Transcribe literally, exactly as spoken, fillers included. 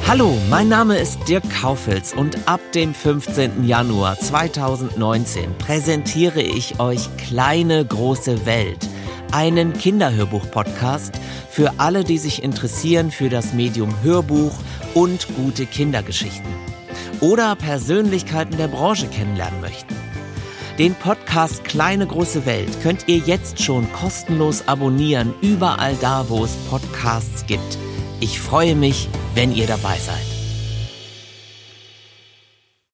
Hallo, mein Name ist Dirk Kaufels und ab dem fünfzehnten Januar zweitausendneunzehn präsentiere ich euch Kleine große Welt, einen Kinderhörbuch-Podcast für alle, die sich interessieren für das Medium Hörbuch und gute Kindergeschichten oder Persönlichkeiten der Branche kennenlernen möchten. Den Podcast Kleine große Welt könnt ihr jetzt schon kostenlos abonnieren, überall da, wo es Podcasts gibt. Ich freue mich, wenn ihr dabei seid.